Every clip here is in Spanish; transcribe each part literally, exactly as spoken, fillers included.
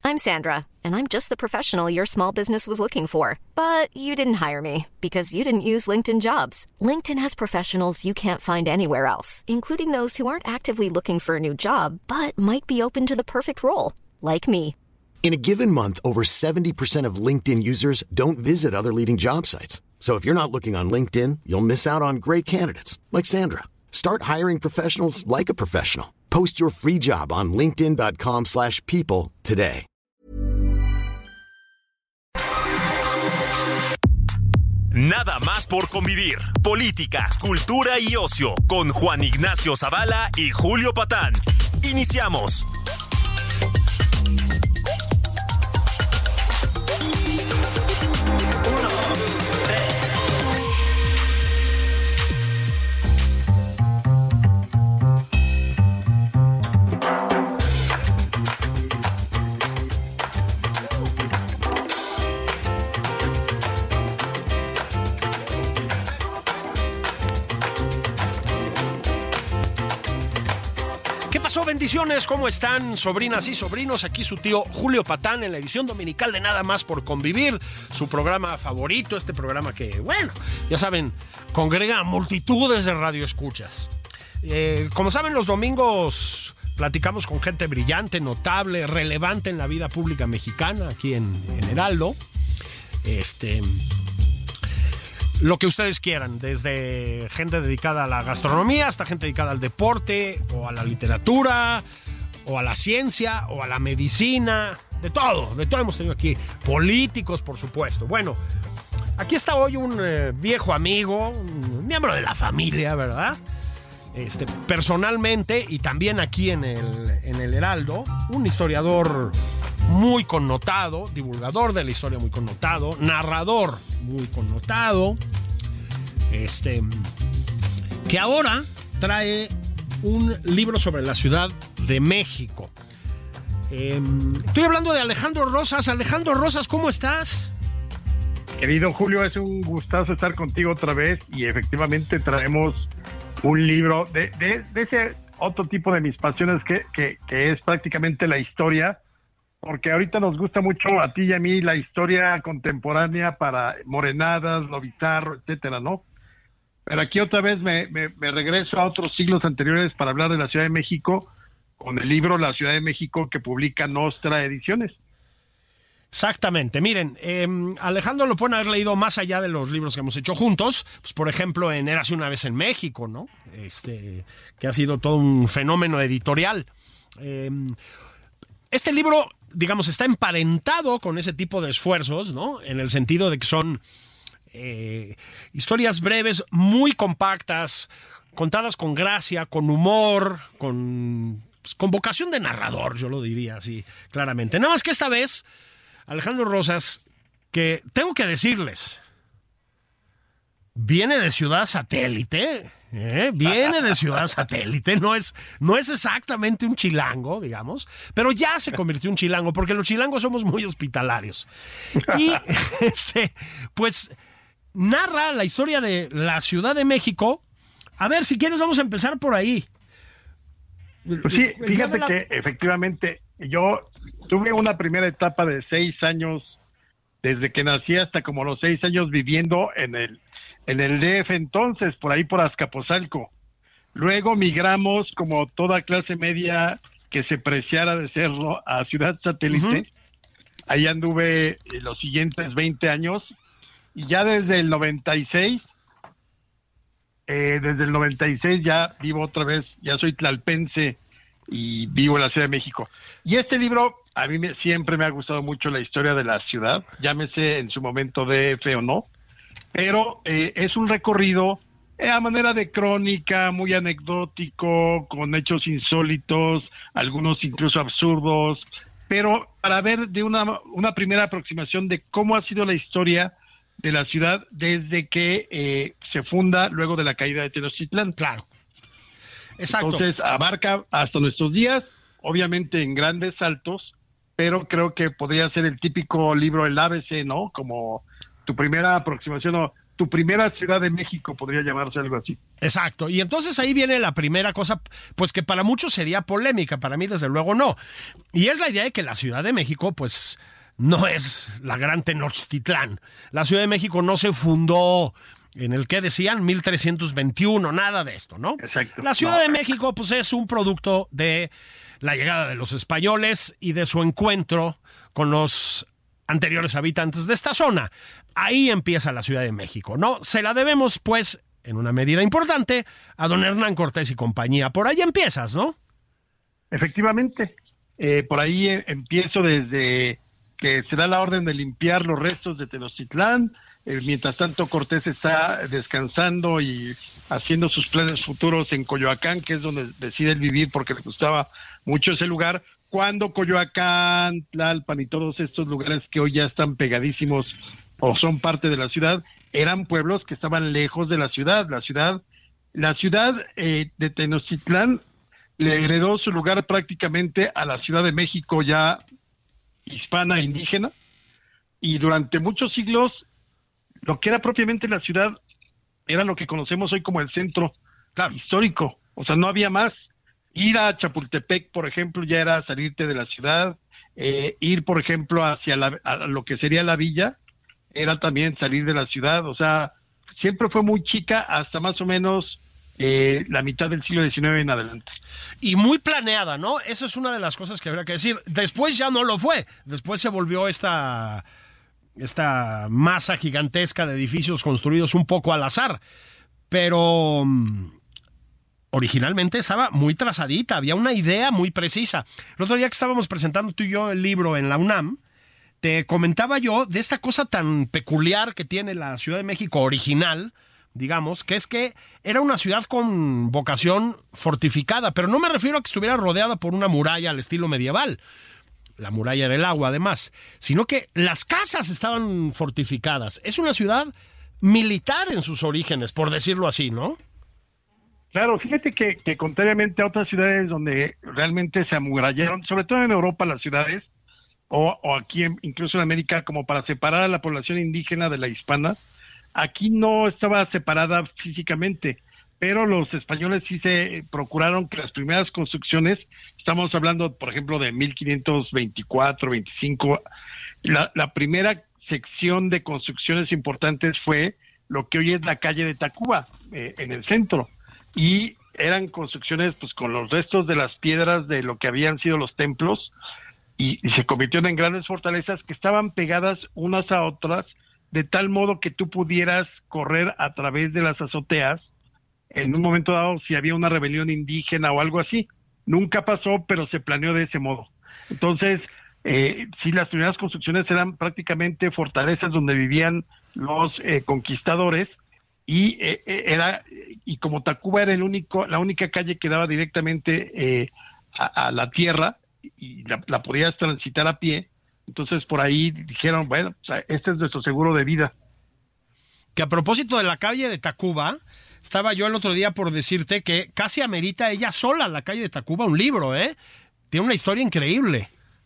I'm Sandra, and I'm just the professional your small business was looking for. But you didn't hire me because you didn't use LinkedIn Jobs. LinkedIn has professionals you can't find anywhere else, including those who aren't actively looking for a new job, but might be open to the perfect role, like me. In a given month, over seventy percent of LinkedIn users don't visit other leading job sites. So if you're not looking on LinkedIn, you'll miss out on great candidates like Sandra. Start hiring professionals like a professional. Post your free job on linkedin dot com slash people today. Nada más por convivir. Política, cultura y ocio con Juan Ignacio Zavala y Julio Patán. Iniciamos. Bendiciones, ¿cómo están, sobrinas y sobrinos? Aquí su tío Julio Patán en la edición dominical de Nada Más por Convivir, su programa favorito, este programa que, bueno, ya saben, congrega multitudes de radioescuchas. Eh, como saben, los domingos platicamos con gente brillante, notable, relevante en la vida pública mexicana, aquí en, en Heraldo. Este... Lo que ustedes quieran, desde gente dedicada a la gastronomía hasta gente dedicada al deporte, o a la literatura, o a la ciencia, o a la medicina, de todo, de todo hemos tenido aquí. Políticos, por supuesto. Bueno, aquí está hoy un eh, viejo amigo, un miembro de la familia, ¿verdad? Este, personalmente, y también aquí en el, en el Heraldo, un historiador muy connotado, divulgador de la historia muy connotado, narrador muy connotado, este, que ahora trae un libro sobre la Ciudad de México. Eh, estoy hablando de Alejandro Rosas. Alejandro Rosas, ¿cómo estás? Querido Julio, es un gustazo estar contigo otra vez y efectivamente traemos un libro de, de, de ese otro tipo de mis pasiones que, que, que es prácticamente la historia. Porque ahorita nos gusta mucho a ti y a mí la historia contemporánea para morenadas, lo bizarro, etcétera, ¿no? Pero aquí otra vez me, me, me regreso a otros siglos anteriores para hablar de la Ciudad de México con el libro La Ciudad de México que publica Nostra Ediciones. Exactamente. Miren, eh, Alejandro lo pueden haber leído más allá de los libros que hemos hecho juntos. Pues, por ejemplo, en Érase una vez en México, ¿no? Este, que ha sido todo un fenómeno editorial. Eh, este libro, digamos, está emparentado con ese tipo de esfuerzos, ¿no? En el sentido de que son eh, historias breves, muy compactas, contadas con gracia, con humor, con, pues, con vocación de narrador, yo lo diría así claramente. Nada más que esta vez, Alejandro Rosas, que tengo que decirles, viene de Ciudad Satélite, ¿eh? Viene de Ciudad Satélite, no es, no es exactamente un chilango, digamos, pero ya se convirtió en un chilango, porque los chilangos somos muy hospitalarios. Y, este, pues, narra la historia de la Ciudad de México. A ver, si quieres vamos a empezar por ahí. Pues sí, fíjate la... que efectivamente yo tuve una primera etapa de seis años, desde que nací hasta como los seis años viviendo en el en el D F entonces, por ahí por Azcapotzalco. Luego migramos como toda clase media que se preciara de serlo a Ciudad Satélite. Uh-huh. Ahí anduve los siguientes veinte años y ya desde el noventa y seis, eh, desde el noventa y seis ya vivo otra vez, ya soy tlalpense y vivo en la Ciudad de México. Y este libro, a mí me, siempre me ha gustado mucho la historia de la ciudad, llámese en su momento D F o no, pero eh, es un recorrido eh, a manera de crónica, muy anecdótico, con hechos insólitos, algunos incluso absurdos, pero para ver de una, una primera aproximación de cómo ha sido la historia de la ciudad desde que eh, se funda luego de la caída de Tenochtitlán. Claro. Exacto. Entonces abarca hasta nuestros días, obviamente en grandes saltos, pero creo que podría ser el típico libro, el A B C, ¿no? Como tu primera aproximación, o tu primera Ciudad de México, podría llamarse algo así. Exacto, y entonces ahí viene la primera cosa, pues que para muchos sería polémica, para mí desde luego no, y es la idea de que la Ciudad de México, pues no es la gran Tenochtitlán. La Ciudad de México no se fundó en el que decían mil trescientos veintiuno, nada de esto, ¿no? Exacto. La Ciudad no. de México, pues es un producto de la llegada de los españoles y de su encuentro con los anteriores habitantes de esta zona. Ahí empieza la Ciudad de México, ¿no? Se la debemos, pues, en una medida importante, a don Hernán Cortés y compañía. Por ahí empiezas, ¿no? Efectivamente. Eh, por ahí eh, empiezo desde que se da la orden de limpiar los restos de Tenochtitlán. Eh, mientras tanto, Cortés está descansando y haciendo sus planes futuros en Coyoacán, que es donde decide él vivir porque le gustaba mucho ese lugar. Cuando Coyoacán, Tlalpan y todos estos lugares que hoy ya están pegadísimos o son parte de la ciudad, eran pueblos que estaban lejos de la ciudad. La ciudad, la ciudad eh, de Tenochtitlán le heredó su lugar prácticamente a la Ciudad de México ya hispana, indígena, y durante muchos siglos lo que era propiamente la ciudad era lo que conocemos hoy como el centro claro. histórico. O sea, no había más. Ir a Chapultepec, por ejemplo, ya era salirte de la ciudad. Eh, ir, por ejemplo, hacia la, a lo que sería la villa, era también salir de la ciudad. O sea, siempre fue muy chica hasta más o menos eh, la mitad del siglo diecinueve en adelante. Y muy planeada, ¿no? Eso es una de las cosas que habría que decir. Después ya no lo fue. Después se volvió esta, esta masa gigantesca de edificios construidos un poco al azar. Pero originalmente estaba muy trazadita, había una idea muy precisa. El otro día que estábamos presentando tú y yo el libro en la UNAM, te comentaba yo de esta cosa tan peculiar que tiene la Ciudad de México original, digamos, que es que era una ciudad con vocación fortificada, pero no me refiero a que estuviera rodeada por una muralla al estilo medieval, la muralla era el agua además, sino que las casas estaban fortificadas. Es una ciudad militar en sus orígenes, por decirlo así, ¿no? Claro, fíjate que, que contrariamente a otras ciudades donde realmente se amurallaron, sobre todo en Europa las ciudades, o, o aquí en, incluso en América, como para separar a la población indígena de la hispana, aquí no estaba separada físicamente, pero los españoles sí se procuraron que las primeras construcciones, estamos hablando, por ejemplo, de mil quinientos veinticuatro, veinticinco, la, la primera sección de construcciones importantes fue lo que hoy es la calle de Tacuba, eh, en el centro. Y eran construcciones pues con los restos de las piedras de lo que habían sido los templos y, y se convirtieron en grandes fortalezas que estaban pegadas unas a otras de tal modo que tú pudieras correr a través de las azoteas en un momento dado si había una rebelión indígena o algo así. Nunca pasó, pero se planeó de ese modo. Entonces, eh, sí, las primeras construcciones eran prácticamente fortalezas donde vivían los eh, conquistadores. Y eh, era y como Tacuba era el único, la única calle que daba directamente eh, a, a la tierra y la, la podías transitar a pie, entonces por ahí dijeron, bueno, o sea, este es nuestro seguro de vida. Que a propósito de la calle de Tacuba, estaba yo el otro día por decirte que casi amerita ella sola la calle de Tacuba un libro, ¿eh? Tiene una historia increíble.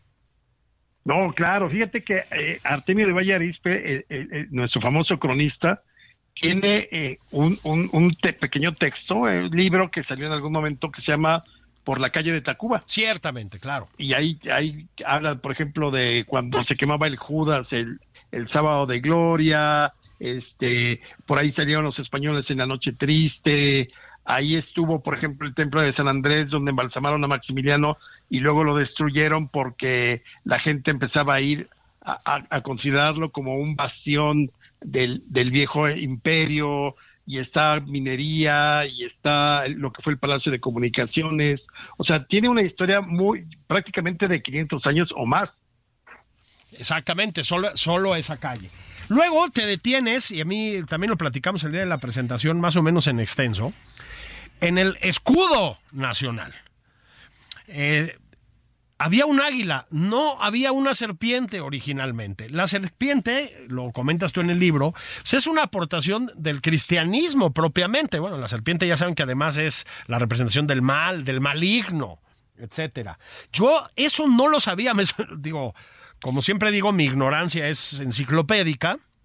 No, claro, fíjate que eh, Artemio de Valle Arizpe, eh, eh, nuestro famoso cronista, tiene eh, un, un, un te- pequeño texto, un eh, libro que salió en algún momento que se llama Por la calle de Tacuba. Ciertamente, claro. Y ahí, ahí habla, por ejemplo, de cuando se quemaba el Judas, el, el sábado de gloria, este, por ahí salieron los españoles en la noche triste, ahí estuvo, por ejemplo, el templo de San Andrés, donde embalsamaron a Maximiliano y luego lo destruyeron porque la gente empezaba a ir a, a, a considerarlo como un bastión del, del viejo imperio, y está minería, y está lo que fue el Palacio de Comunicaciones. O sea, tiene una historia muy, prácticamente de quinientos años o más. Exactamente, solo, solo esa calle. Luego te detienes, y a mí también lo platicamos el día de la presentación, más o menos en extenso, en el escudo nacional. Eh, había un águila, no había una serpiente originalmente. La serpiente, lo comentas tú en el libro, pues es una aportación del cristianismo propiamente. Bueno, la serpiente ya saben que además es la representación del mal, del maligno, etcétera. Yo eso no lo sabía, me, digo, como siempre digo, mi ignorancia es enciclopédica.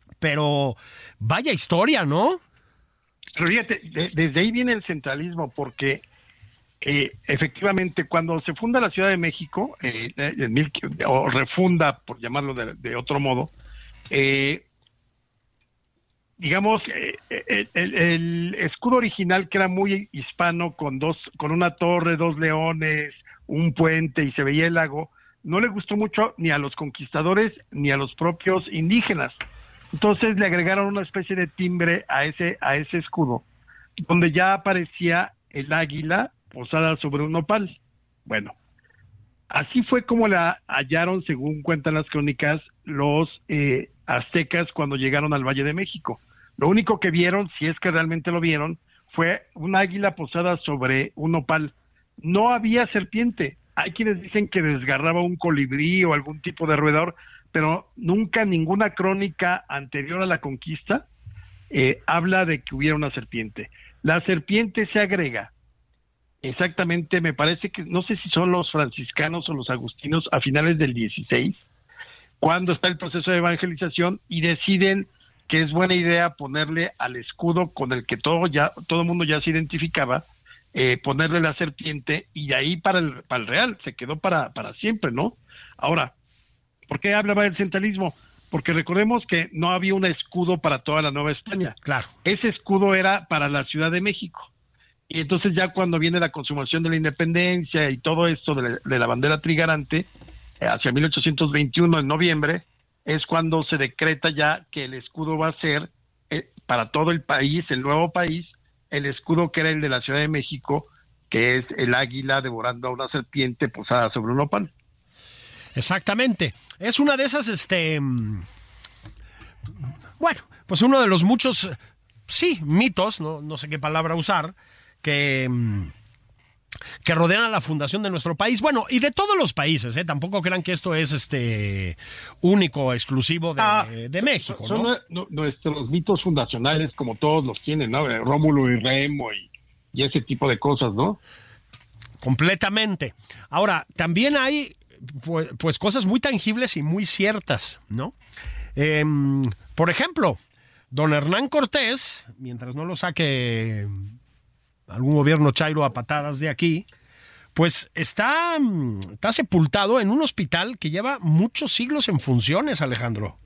pero vaya historia, ¿no? Pero fíjate, de, desde ahí viene el centralismo, porque eh, efectivamente cuando se funda la Ciudad de México, eh, en mil, o refunda, por llamarlo de, de otro modo, eh, digamos, eh, el, el, el escudo original, que era muy hispano, con dos, con una torre, dos leones, un puente y se veía el lago, no le gustó mucho ni a los conquistadores ni a los propios indígenas. Entonces le agregaron una especie de timbre a ese a ese escudo, donde ya aparecía el águila posada sobre un nopal. Bueno, así fue como la hallaron, según cuentan las crónicas, los eh, aztecas cuando llegaron al Valle de México. Lo único que vieron, si es que realmente lo vieron, fue un águila posada sobre un nopal. No había serpiente. Hay quienes dicen que desgarraba un colibrí o algún tipo de roedor, pero nunca ninguna crónica anterior a la conquista eh, habla de que hubiera una serpiente. La serpiente se agrega, exactamente, me parece que, no sé si son los franciscanos o los agustinos, a finales del dieciséis, cuando está el proceso de evangelización y deciden que es buena idea ponerle al escudo con el que todo ya todo el mundo ya se identificaba, eh, ponerle la serpiente, y de ahí para el, para el real, se quedó para, para siempre, ¿no? Ahora, ¿por qué hablaba del centralismo? Porque recordemos que no había un escudo para toda la Nueva España. Claro. Ese escudo era para la Ciudad de México. Y entonces ya cuando viene la consumación de la independencia y todo esto de la, de la bandera trigarante, eh, hacia mil ochocientos veintiuno, en noviembre, es cuando se decreta ya que el escudo va a ser eh, para todo el país, el nuevo país, el escudo que era el de la Ciudad de México, que es el águila devorando a una serpiente posada sobre un nopal. Exactamente. Es una de esas, este, bueno, pues uno de los muchos, sí, mitos, no, no sé qué palabra usar, que, que rodean a la fundación de nuestro país. Bueno, y de todos los países, ¿eh? Tampoco crean que esto es este único, exclusivo de, ah, de México, ¿no? Son ¿no? nuestros mitos fundacionales, como todos los tienen, ¿no? Rómulo y Remo y, y ese tipo de cosas, ¿no? Completamente. Ahora, también hay Pues, pues cosas muy tangibles y muy ciertas, ¿no? Eh, por ejemplo, don Hernán Cortés, mientras no lo saque algún gobierno chairo a patadas de aquí, pues está, está sepultado en un hospital que lleva muchos siglos en funciones, Alejandro.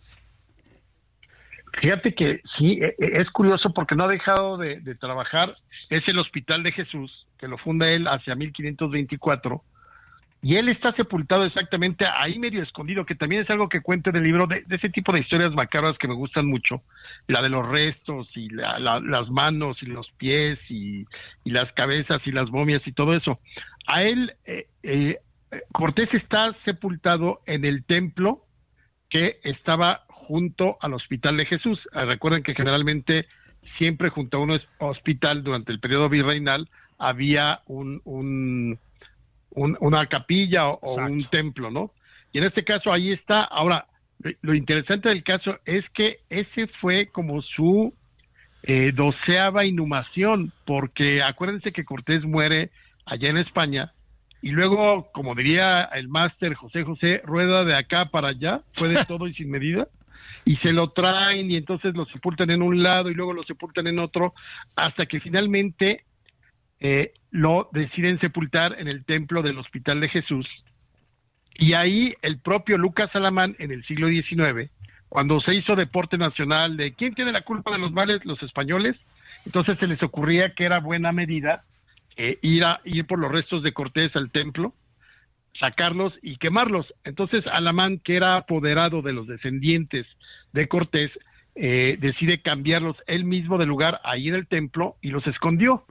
Fíjate que sí, es curioso porque no ha dejado de, de trabajar. Es el Hospital de Jesús, que lo funda él hacia mil quinientos veinticuatro, y él está sepultado exactamente ahí medio escondido, que también es algo que cuento en el libro, de, de ese tipo de historias macabras que me gustan mucho, la de los restos y la, la, las manos y los pies y, y las cabezas y las momias y todo eso. A él, eh, eh, Cortés está sepultado en el templo que estaba junto al Hospital de Jesús. Recuerden que generalmente siempre junto a un hospital durante el periodo virreinal había un... un Un, una capilla o, o un templo, ¿no? Y en este caso ahí está. Ahora, lo interesante del caso es que ese fue como su eh, doceava inhumación, porque acuérdense que Cortés muere allá en España, y luego, como diría el máster José José, rueda de acá para allá, fue de todo y sin medida, y se lo traen, y entonces lo sepultan en un lado, y luego lo sepultan en otro, hasta que finalmente... Eh, lo deciden sepultar en el templo del Hospital de Jesús, y ahí el propio Lucas Alamán, en el siglo diecinueve, cuando se hizo deporte nacional de ¿quién tiene la culpa de los males? Los españoles. Entonces se les ocurría que era buena medida eh, ir, a, ir por los restos de Cortés al templo, sacarlos y quemarlos. Entonces Alamán, que era apoderado de los descendientes de Cortés, eh, decide cambiarlos él mismo de lugar ahí en el templo y los escondió.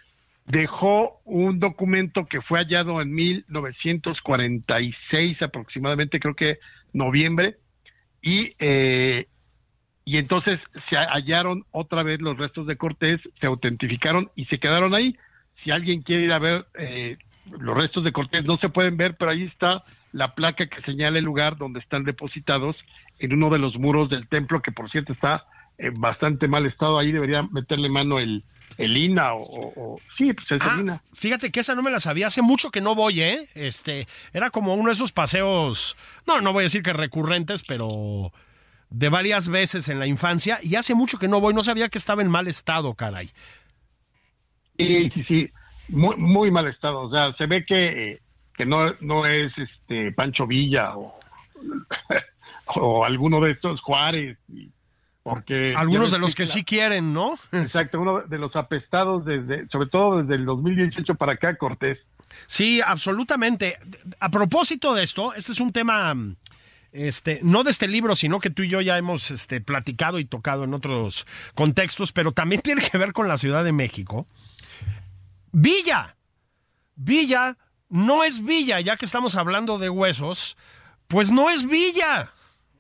Dejó un documento que fue hallado en mil novecientos cuarenta y seis aproximadamente, creo que noviembre, y eh, y entonces se hallaron otra vez los restos de Cortés, se autentificaron y se quedaron ahí. Si alguien quiere ir a ver eh, los restos de Cortés, no se pueden ver, pero ahí está la placa que señala el lugar donde están depositados en uno de los muros del templo, que por cierto está en bastante mal estado. Ahí debería meterle mano el el I N A o, o, o sí, pues es ah, el I N A. Fíjate que esa no me la sabía, hace mucho que no voy, ¿eh? Este, era como uno de esos paseos, no, no voy a decir que recurrentes, pero de varias veces en la infancia y hace mucho que no voy, no sabía que estaba en mal estado, caray. Sí, sí, sí, muy, muy mal estado, o sea, se ve que, que no, no es este Pancho Villa o, o alguno de estos Juárez, porque... Algunos de los que la, sí quieren, ¿no? Exacto, uno de los apestados, desde, sobre todo desde el dos mil dieciocho para acá, Cortés. Sí, absolutamente. A propósito de esto, este es un tema... Este, no de este libro, sino que tú y yo ya hemos este, platicado y tocado en otros contextos, pero también tiene que ver con la Ciudad de México. Villa, Villa no es Villa, ya que estamos hablando de huesos, pues no es Villa.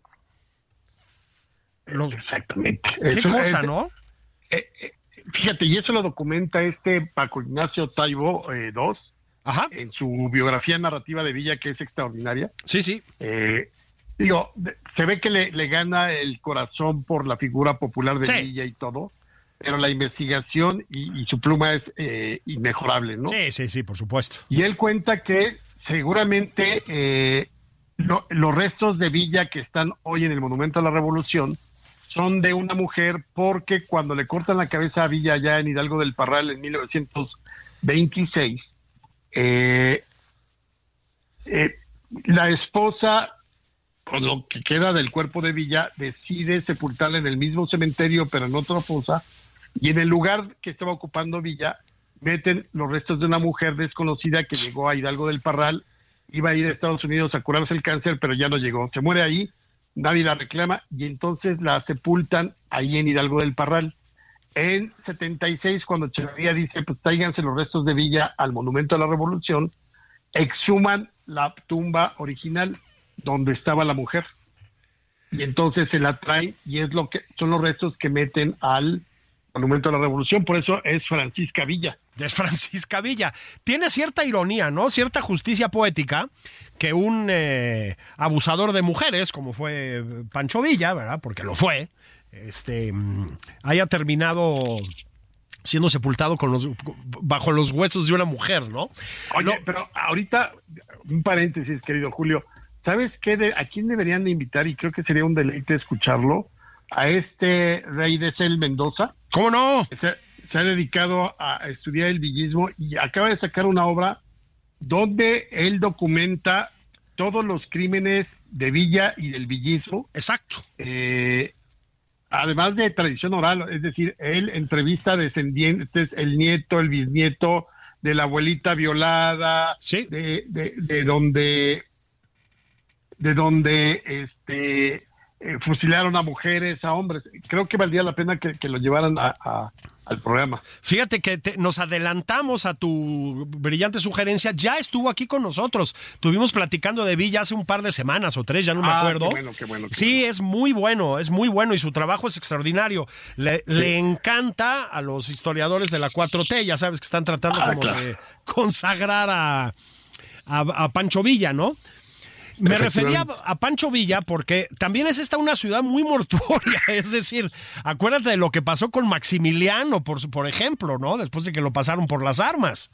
Los... Exactamente. Qué eso, cosa, es, ¿no? Eh, eh, fíjate, y eso lo documenta este Paco Ignacio Taibo eh, dos, Ajá. en su biografía narrativa de Villa, que es extraordinaria. Sí, sí. Eh, Digo, se ve que le, le gana el corazón por la figura popular de sí. Villa y todo, pero la investigación y, y su pluma es eh, inmejorable, ¿no? Sí, sí, sí, por supuesto. Y él cuenta que seguramente eh, lo, los restos de Villa que están hoy en el Monumento a la Revolución son de una mujer, porque cuando le cortan la cabeza a Villa allá en Hidalgo del Parral en mil novecientos veintiséis, eh, eh, la esposa... con lo que queda del cuerpo de Villa, decide sepultarla en el mismo cementerio, pero en otra fosa, y en el lugar que estaba ocupando Villa, meten los restos de una mujer desconocida que llegó a Hidalgo del Parral, iba a ir a Estados Unidos a curarse el cáncer, pero ya no llegó. Se muere ahí, nadie la reclama, y entonces la sepultan ahí en Hidalgo del Parral. En setenta y seis, cuando Echeverría dice, pues tráiganse los restos de Villa al Monumento a la Revolución, exhuman la tumba original, donde estaba la mujer, y entonces se la traen, y es lo que son los restos que meten al Monumento a la Revolución. Por eso es Francisca Villa. Es Francisca Villa. Tiene cierta ironía, ¿no? Cierta justicia poética que un eh, abusador de mujeres, como fue Pancho Villa, ¿verdad? Porque lo fue, este, haya terminado siendo sepultado con los bajo los huesos de una mujer, ¿no? Oye, lo... pero ahorita, un paréntesis, querido Julio, ¿sabes qué? De, ¿a quién deberían de invitar? Y creo que sería un deleite escucharlo. A este Rey de Cel Mendoza. ¿Cómo no? Se, se ha dedicado a estudiar el villismo y acaba de sacar una obra donde él documenta todos los crímenes de Villa y del villismo. Exacto. Eh, además de tradición oral, es decir, él entrevista a descendientes, el nieto, el bisnieto de la abuelita violada, sí. de, de, de donde... de donde este eh, fusilaron a mujeres, a hombres. Creo que valdría la pena que, que lo llevaran a, a, al programa. Fíjate que te, nos adelantamos a tu brillante sugerencia. Ya estuvo aquí con nosotros. Estuvimos platicando de Villa hace un par de semanas o tres, ya no ah, me acuerdo. Qué bueno, qué bueno, qué sí, bueno. Es muy bueno, es muy bueno y su trabajo es extraordinario. Le, sí. le encanta a los historiadores de la cuatro T, ya sabes que están tratando ah, como claro. de consagrar a, a, a Pancho Villa, ¿no? Me refería a Pancho Villa porque también es esta una ciudad muy mortuoria, es decir, acuérdate de lo que pasó con Maximiliano, por, por ejemplo, ¿no? Después de que lo pasaron por las armas.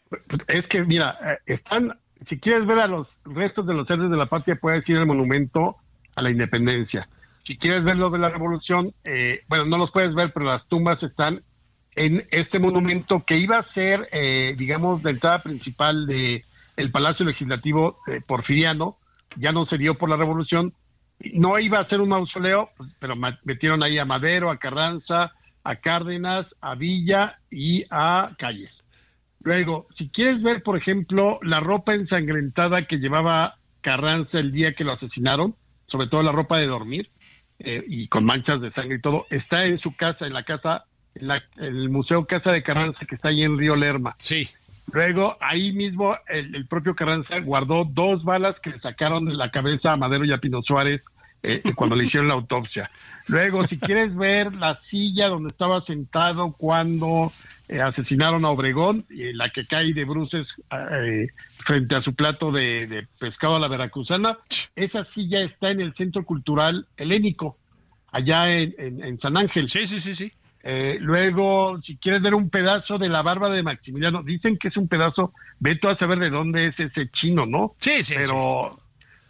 Es que, mira, están, si quieres ver a los restos de los héroes de la patria, puedes ir al monumento a la independencia. Si quieres ver lo de la revolución, eh, bueno, no los puedes ver, pero las tumbas están en este monumento que iba a ser, eh, digamos, la entrada principal de el Palacio Legislativo eh, porfiriano. Ya no se dio por la revolución, no iba a ser un mausoleo, pero metieron ahí a Madero, a Carranza, a Cárdenas, a Villa y a Calles. Luego, si quieres ver, por ejemplo, la ropa ensangrentada que llevaba Carranza el día que lo asesinaron, sobre todo la ropa de dormir, eh, y con manchas de sangre y todo, está en su casa, en la casa, en, la, en el Museo Casa de Carranza, que está ahí en Río Lerma. Sí. Luego, ahí mismo, el, el propio Carranza guardó dos balas que le sacaron de la cabeza a Madero y a Pino Suárez eh, cuando le hicieron la autopsia. Luego, si quieres ver la silla donde estaba sentado cuando eh, asesinaron a Obregón, eh, la que cae de bruces eh, frente a su plato de, de pescado a la veracruzana, esa silla está en el Centro Cultural Helénico, allá en, en, en San Ángel. Sí, sí, sí, sí. Eh, luego, si quieres ver un pedazo de la barba de Maximiliano, dicen que es un pedazo, ve tú a saber de dónde es ese chino, ¿no? Sí, sí, Pero, sí.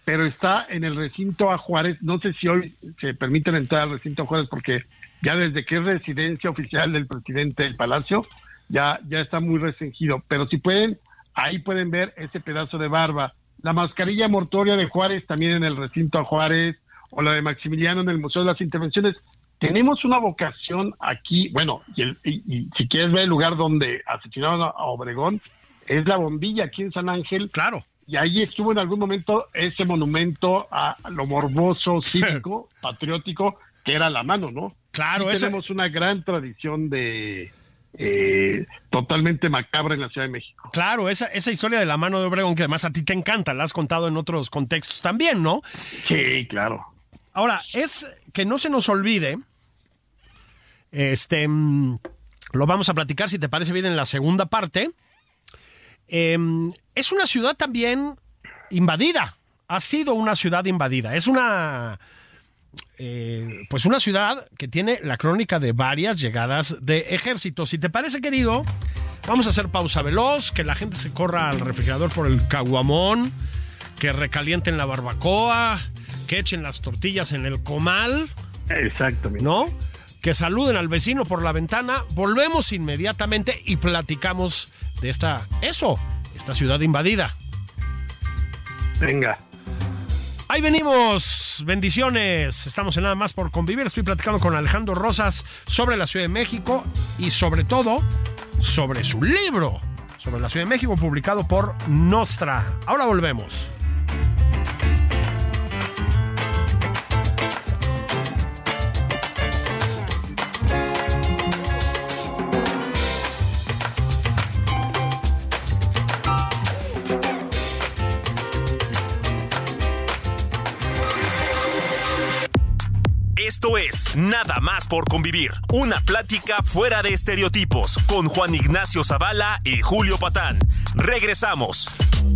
pero está en el recinto a Juárez. No sé si hoy se permiten entrar al recinto a Juárez, porque ya desde que es residencia oficial del presidente del Palacio, ya, ya está muy restringido. Pero si pueden, ahí pueden ver ese pedazo de barba. La mascarilla mortuoria de Juárez también en el recinto a Juárez, o la de Maximiliano en el Museo de las Intervenciones. Tenemos una vocación aquí, bueno, y, el, y, y si quieres ver el lugar donde asesinaron a Obregón, es la Bombilla, aquí en San Ángel. Claro. Y ahí estuvo en algún momento ese monumento a lo morboso, cívico, patriótico, que era la mano, ¿no? Claro, eso. Tenemos una gran tradición de eh, totalmente macabra en la Ciudad de México. Claro, esa, esa historia de la mano de Obregón, que además a ti te encanta, la has contado en otros contextos también, ¿no? Sí, claro. Ahora, es que no se nos olvide, este, lo vamos a platicar, si te parece bien, en la segunda parte. Eh, es una ciudad también invadida, ha sido una ciudad invadida, es una, eh, pues una ciudad que tiene la crónica de varias llegadas de ejércitos. Si te parece, querido, vamos a hacer pausa veloz, que la gente se corra al refrigerador por el caguamón, que recalienten la barbacoa, que echen las tortillas en el comal. Exactamente. ¿No? Que saluden al vecino por la ventana. Volvemos inmediatamente y platicamos de esta, eso, esta ciudad invadida. Venga. Ahí venimos, bendiciones. Estamos en Nada Más por Convivir. Estoy platicando con Alejandro Rosas sobre la Ciudad de México y sobre todo sobre su libro sobre la Ciudad de México, publicado por Nostra. Ahora volvemos. Esto es Nada Más por Convivir, una plática fuera de estereotipos con Juan Ignacio Zavala y Julio Patán. Regresamos.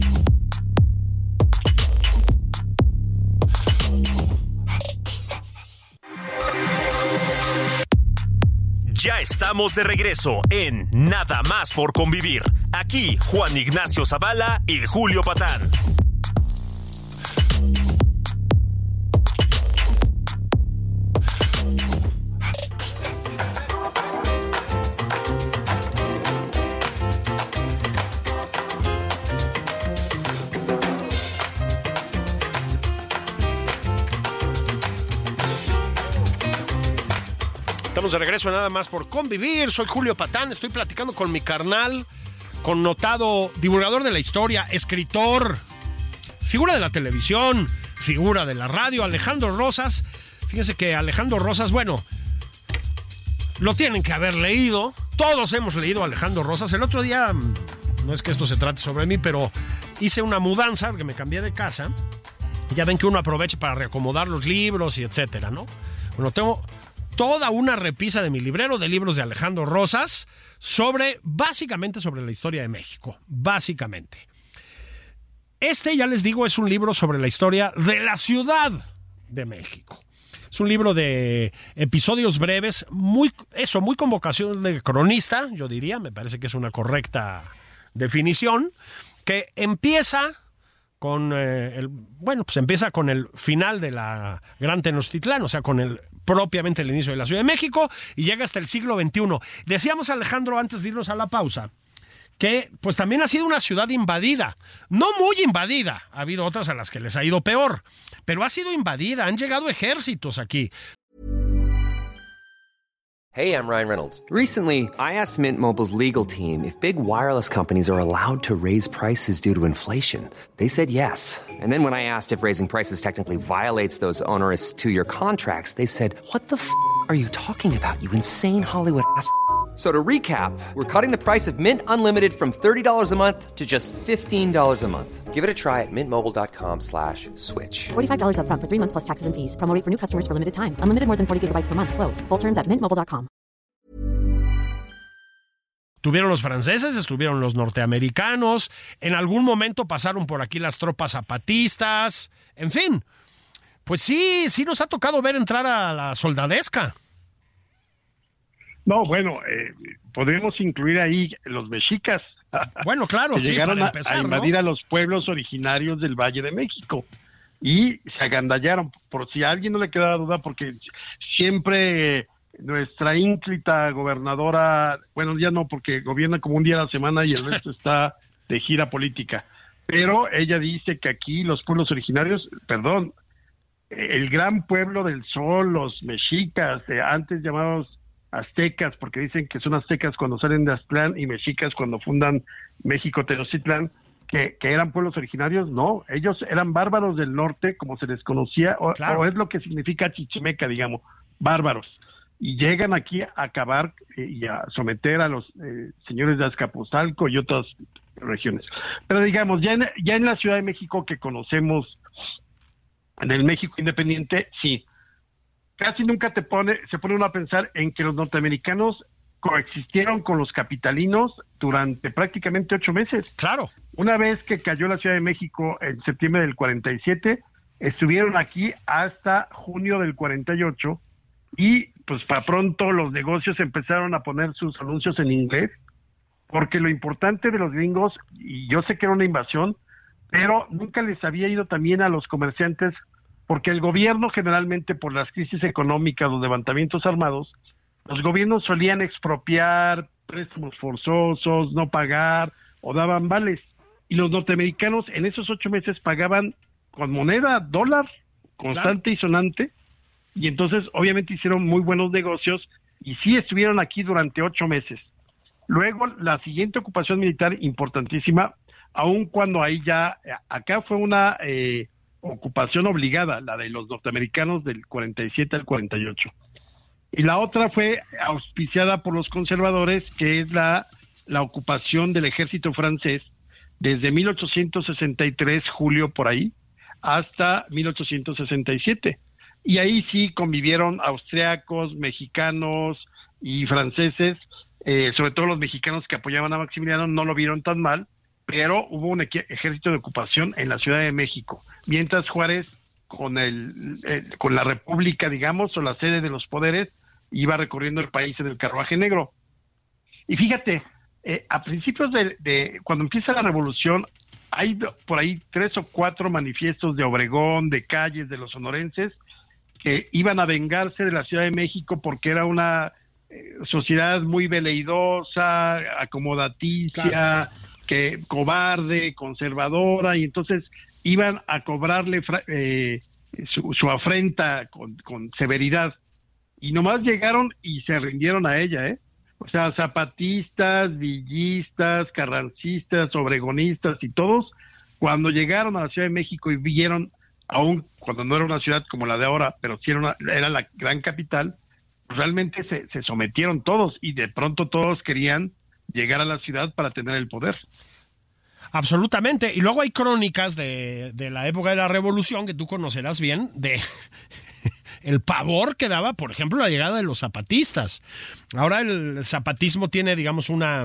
Ya estamos de regreso en Nada Más por Convivir. Aquí Juan Ignacio Zavala y Julio Patán. Estamos de regreso a Nada Más por Convivir. Soy Julio Patán, estoy platicando con mi carnal, connotado divulgador de la historia, escritor, figura de la televisión, figura de la radio, Alejandro Rosas. Fíjense que Alejandro Rosas, bueno, lo tienen que haber leído. Todos hemos leído a Alejandro Rosas. El otro día, no es que esto se trate sobre mí, pero hice una mudanza porque me cambié de casa. Ya ven que uno aprovecha para reacomodar los libros y etcétera, ¿no? Bueno, tengo toda una repisa de mi librero de libros de Alejandro Rosas sobre, básicamente sobre la historia de México, básicamente. Este, ya les digo, es un libro sobre la historia de la Ciudad de México. Es un libro de episodios breves, muy, eso, muy con vocación de cronista, yo diría, me parece que es una correcta definición, que empieza con eh, el, bueno, pues empieza con el final de la Gran Tenochtitlán, o sea, con el propiamente el inicio de la Ciudad de México, y llega hasta el siglo veintiuno. Decíamos, Alejandro, antes de irnos a la pausa, que pues también ha sido una ciudad invadida, no muy invadida, ha habido otras a las que les ha ido peor, pero ha sido invadida, han llegado ejércitos aquí. Hey, I'm Ryan Reynolds. Recently, I asked Mint Mobile's legal team if big wireless companies are allowed to raise prices due to inflation. They said yes. And then when I asked if raising prices technically violates those onerous two-year contracts, they said, what the f*** are you talking about, you insane Hollywood ass f- So to recap, we're cutting the price of Mint Unlimited from thirty dollars a month to just fifteen dollars a month. Give it a try at mintmobile.com slash switch. forty-five dollars up front for three months plus taxes and fees. Promo rate for new customers for limited time. Unlimited more than forty gigabytes per month. Slows full terms at mint mobile dot com. Tuvieron los franceses, estuvieron los norteamericanos, en algún momento pasaron por aquí las tropas zapatistas, en fin. Pues sí, sí nos ha tocado ver entrar a la soldadesca. No, bueno, eh, podríamos incluir ahí los mexicas. Bueno, claro, que sí, llegaron para empezar, a, a invadir ¿no? a los pueblos originarios del Valle de México. y se agandallaron, por si a alguien no le quedaba duda, porque siempre nuestra ínclita gobernadora, bueno, ya no, porque gobierna como un día a la semana y el resto está de gira política, pero ella dice que aquí los pueblos originarios, perdón, el gran pueblo del sol, los mexicas, eh, antes llamados aztecas, porque dicen que son aztecas cuando salen de Aztlán y mexicas cuando fundan México Tenochtitlán, que, que eran pueblos originarios, no, ellos eran bárbaros del norte, como se les conocía, o, claro. o es lo que significa chichimeca, digamos, bárbaros, y llegan aquí a acabar eh, y a someter a los eh, señores de Azcapotzalco y otras regiones. Pero digamos, ya en, ya en la Ciudad de México que conocemos, en el México independiente, sí, casi nunca te pone, se pone uno a pensar en que los norteamericanos coexistieron con los capitalinos durante prácticamente ocho meses. Claro. Una vez que cayó la Ciudad de México en septiembre del cuarenta y siete, estuvieron aquí hasta junio del cuarenta y ocho, y pues para pronto los negocios empezaron a poner sus anuncios en inglés, porque lo importante de los gringos, y yo sé que era una invasión, pero nunca les había ido también a los comerciantes, porque el gobierno generalmente, por las crisis económicas, los levantamientos armados, los gobiernos solían expropiar, préstamos forzosos, no pagar, o daban vales, y los norteamericanos en esos ocho meses pagaban con moneda, dólar, constante claro. y sonante, y entonces obviamente hicieron muy buenos negocios, y sí estuvieron aquí durante ocho meses. Luego, la siguiente ocupación militar importantísima, aun cuando ahí ya, acá fue una eh, ocupación obligada, la de los norteamericanos del cuarenta y siete al cuarenta y ocho. Y la otra fue auspiciada por los conservadores, que es la, la ocupación del ejército francés desde mil ochocientos sesenta y tres, julio por ahí, hasta mil ochocientos sesenta y siete. Y ahí sí convivieron austriacos, mexicanos y franceses, eh, sobre todo los mexicanos que apoyaban a Maximiliano no lo vieron tan mal, pero hubo un ejército de ocupación en la Ciudad de México, mientras Juárez, con el, eh, con la República, digamos, o la sede de los poderes, iba recorriendo el país en el carruaje negro. Y fíjate, eh, a principios de, de, cuando empieza la Revolución, hay por ahí tres o cuatro manifiestos de Obregón, de Calles, de los sonorenses, que iban a vengarse de la Ciudad de México porque era una eh, sociedad muy veleidosa, acomodaticia, claro. que cobarde, conservadora, y entonces iban a cobrarle eh, su, su afrenta con, con severidad, y nomás llegaron y se rindieron a ella, ¿eh? O sea, zapatistas, villistas, carrancistas, obregonistas y todos, cuando llegaron a la Ciudad de México y vieron, aún cuando no era una ciudad como la de ahora, pero sí era, una, era la gran capital, realmente se, se sometieron todos, y de pronto todos querían llegar a la ciudad para tener el poder. Absolutamente. Y luego hay crónicas de, de la época de la Revolución, que tú conocerás bien, de el pavor que daba, por ejemplo, la llegada de los zapatistas. Ahora el zapatismo tiene, digamos, una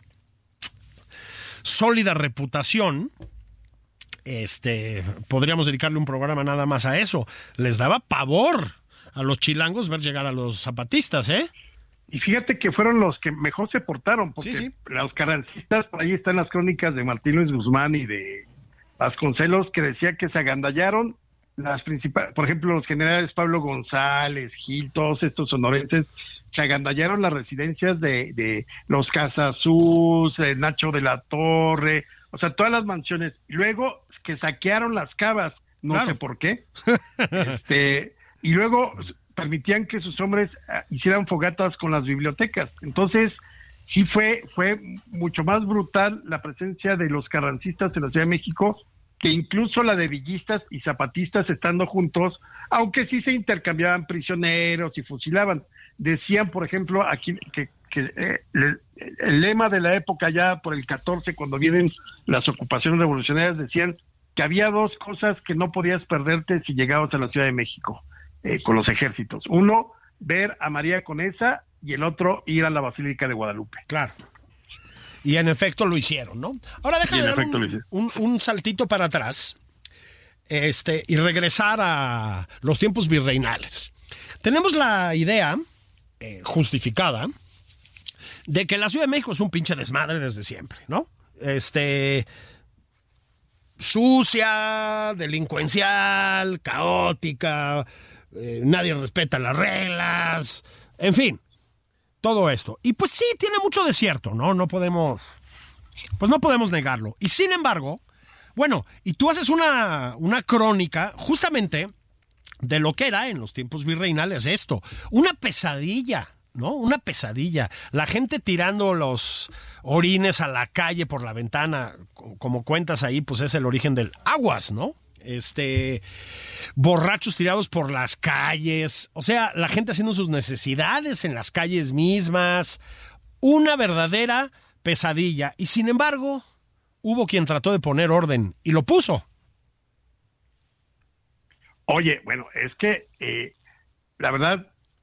sólida reputación. Este, podríamos dedicarle un programa nada más a eso. Les daba pavor a los chilangos ver llegar a los zapatistas, ¿eh? Y fíjate que fueron los que mejor se portaron, porque sí, sí. los carrancistas, por ahí están las crónicas de Martín Luis Guzmán y de Vasconcelos, que decía que se agandallaron las principales, por ejemplo, los generales Pablo González, Gil, todos estos sonorenses, se agandallaron las residencias de, de los Casasus, de Nacho de la Torre, o sea, todas las mansiones. Y luego que saquearon las cavas, no claro. sé por qué. este, y luego permitían que sus hombres hicieran fogatas con las bibliotecas. Entonces, sí fue, fue mucho más brutal la presencia de los carrancistas en la Ciudad de México, que incluso la de villistas y zapatistas estando juntos, aunque sí se intercambiaban prisioneros y fusilaban. Decían, por ejemplo, aquí que, que eh, el, el lema de la época, ya por el catorce, cuando vienen las ocupaciones revolucionarias, decían que había dos cosas que no podías perderte si llegabas a la Ciudad de México eh, con los ejércitos. Uno, ver a María Conesa, y el otro, ir a la Basílica de Guadalupe. Claro. Y en efecto lo hicieron, ¿no? Ahora déjame dar un, un, un saltito para atrás este, y regresar a los tiempos virreinales. Tenemos la idea eh, justificada de que la Ciudad de México es un pinche desmadre desde siempre, ¿no? Este, sucia, delincuencial, caótica, eh, nadie respeta las reglas, en fin, todo esto. Y pues sí, tiene mucho desierto, ¿no? No podemos, pues no podemos negarlo. Y sin embargo, bueno, y tú haces una, una crónica justamente de lo que era en los tiempos virreinales esto, una pesadilla, ¿no? Una pesadilla. La gente tirando los orines a la calle por la ventana, como cuentas ahí, pues es el origen del aguas, ¿no? Este, borrachos tirados por las calles, o sea, la gente haciendo sus necesidades en las calles mismas, una verdadera pesadilla. Y sin embargo, hubo quien trató de poner orden y lo puso. Oye, bueno, es que eh, la verdad,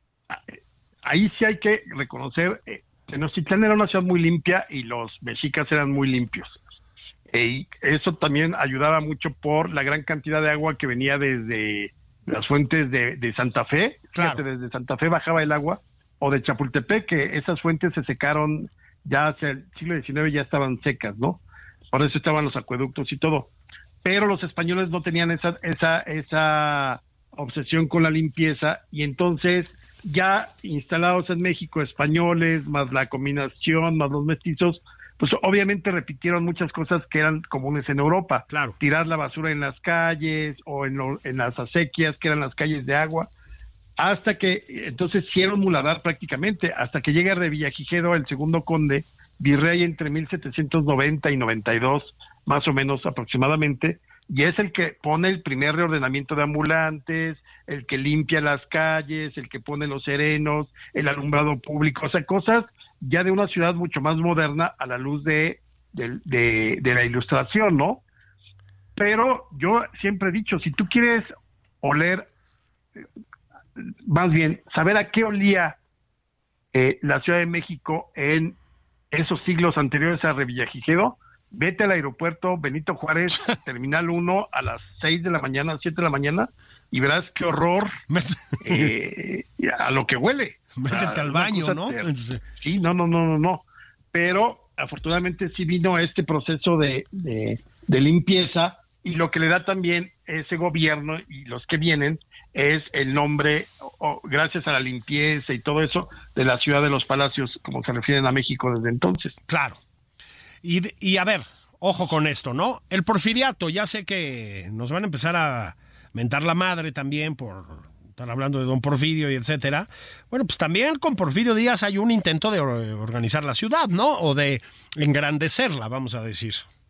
ahí sí hay que reconocer, eh, Tenochtitlán era una ciudad muy limpia y los mexicas eran muy limpios. Eh, y eso también ayudaba mucho por la gran cantidad de agua que venía desde las fuentes de, de Santa Fe. Claro. Fíjate, desde Santa Fe bajaba el agua, o de Chapultepec, que esas fuentes se secaron ya hacia el siglo diecinueve, ya estaban secas, ¿no? Por eso estaban los acueductos y todo. Pero los españoles no tenían esa, esa, esa obsesión con la limpieza, y entonces ya instalados en México, españoles, más la combinación, más los mestizos, pues obviamente repitieron muchas cosas que eran comunes en Europa. Claro. Tirar la basura en las calles o en, lo, en las acequias, que eran las calles de agua, hasta que entonces hicieron muladar prácticamente, hasta que llega Revillagigedo, el segundo conde, virrey entre mil setecientos noventa y noventa y dos, más o menos aproximadamente, y es el que pone el primer reordenamiento de ambulantes, el que limpia las calles, el que pone los serenos, el alumbrado público, o sea, cosas ya de una ciudad mucho más moderna a la luz de, de, de, de la Ilustración, ¿no? Pero yo siempre he dicho, si tú quieres oler, más bien, saber a qué olía eh, la Ciudad de México en esos siglos anteriores a Revillagigedo, vete al aeropuerto Benito Juárez, Terminal uno, a las seis de la mañana, siete de la mañana, y verás qué horror eh, a lo que huele. Métete o sea, al baño, ¿no? Ter- sí, no, no, no, no, no. Pero afortunadamente sí vino este proceso de, de, de limpieza, y lo que le da también ese gobierno y los que vienen es el nombre, o, gracias a la limpieza y todo eso, de la ciudad de los palacios, como se refieren a México desde entonces. Claro. Y, y a ver, ojo con esto, ¿no? El porfiriato, ya sé que nos van a empezar a mentar la madre también por estar hablando de don Porfirio y etcétera. Bueno, pues también con Porfirio Díaz hay un intento de organizar la ciudad, ¿no? O de engrandecerla, vamos a decir.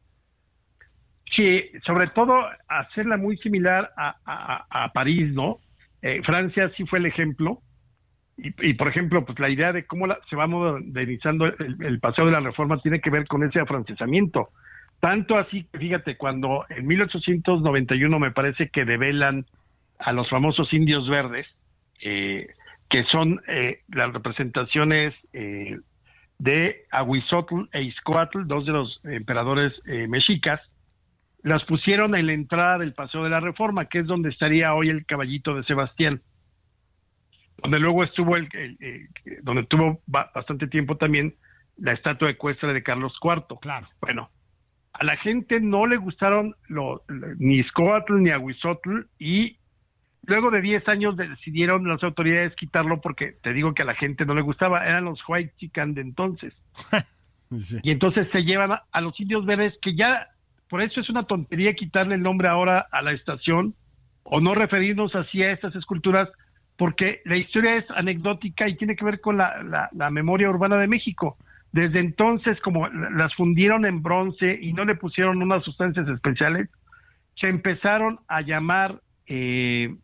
Sí, sobre todo hacerla muy similar a, a, a París, ¿no? Eh, Francia sí fue el ejemplo. Y, y, por ejemplo, pues la idea de cómo la, se va modernizando el, el Paseo de la Reforma tiene que ver con ese afrancesamiento. Tanto así que, fíjate, cuando en mil ochocientos noventa y uno me parece que develan a los famosos indios verdes, eh, que son eh, las representaciones eh, de Ahuizotl e Izcoatl, dos de los emperadores eh, mexicas, las pusieron en la entrada del Paseo de la Reforma, que es donde estaría hoy el Caballito de Sebastián, donde luego estuvo el, el, el donde tuvo bastante tiempo también la estatua ecuestre de Carlos cuarto. Claro. Bueno, a la gente no le gustaron lo, ni Izcoatl ni Ahuizotl, y luego de diez años decidieron las autoridades quitarlo porque te digo que a la gente no le gustaba, eran los white chican de entonces. Sí. Y entonces se llevan a, a los indios verdes, que ya, por eso es una tontería quitarle el nombre ahora a la estación o no referirnos así a estas esculturas, porque la historia es anecdótica y tiene que ver con la, la, la memoria urbana de México. Desde entonces, como las fundieron en bronce y no le pusieron unas sustancias especiales, se empezaron a llamar, eh,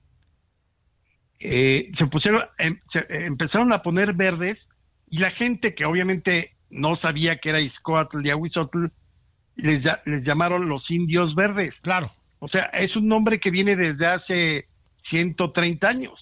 eh, se pusieron, eh, se eh, empezaron a poner verdes, y la gente que obviamente no sabía que era Izcoatl y Ahuizotl, les, les llamaron los indios verdes. Claro. O sea, es un nombre que viene desde hace ciento treinta años.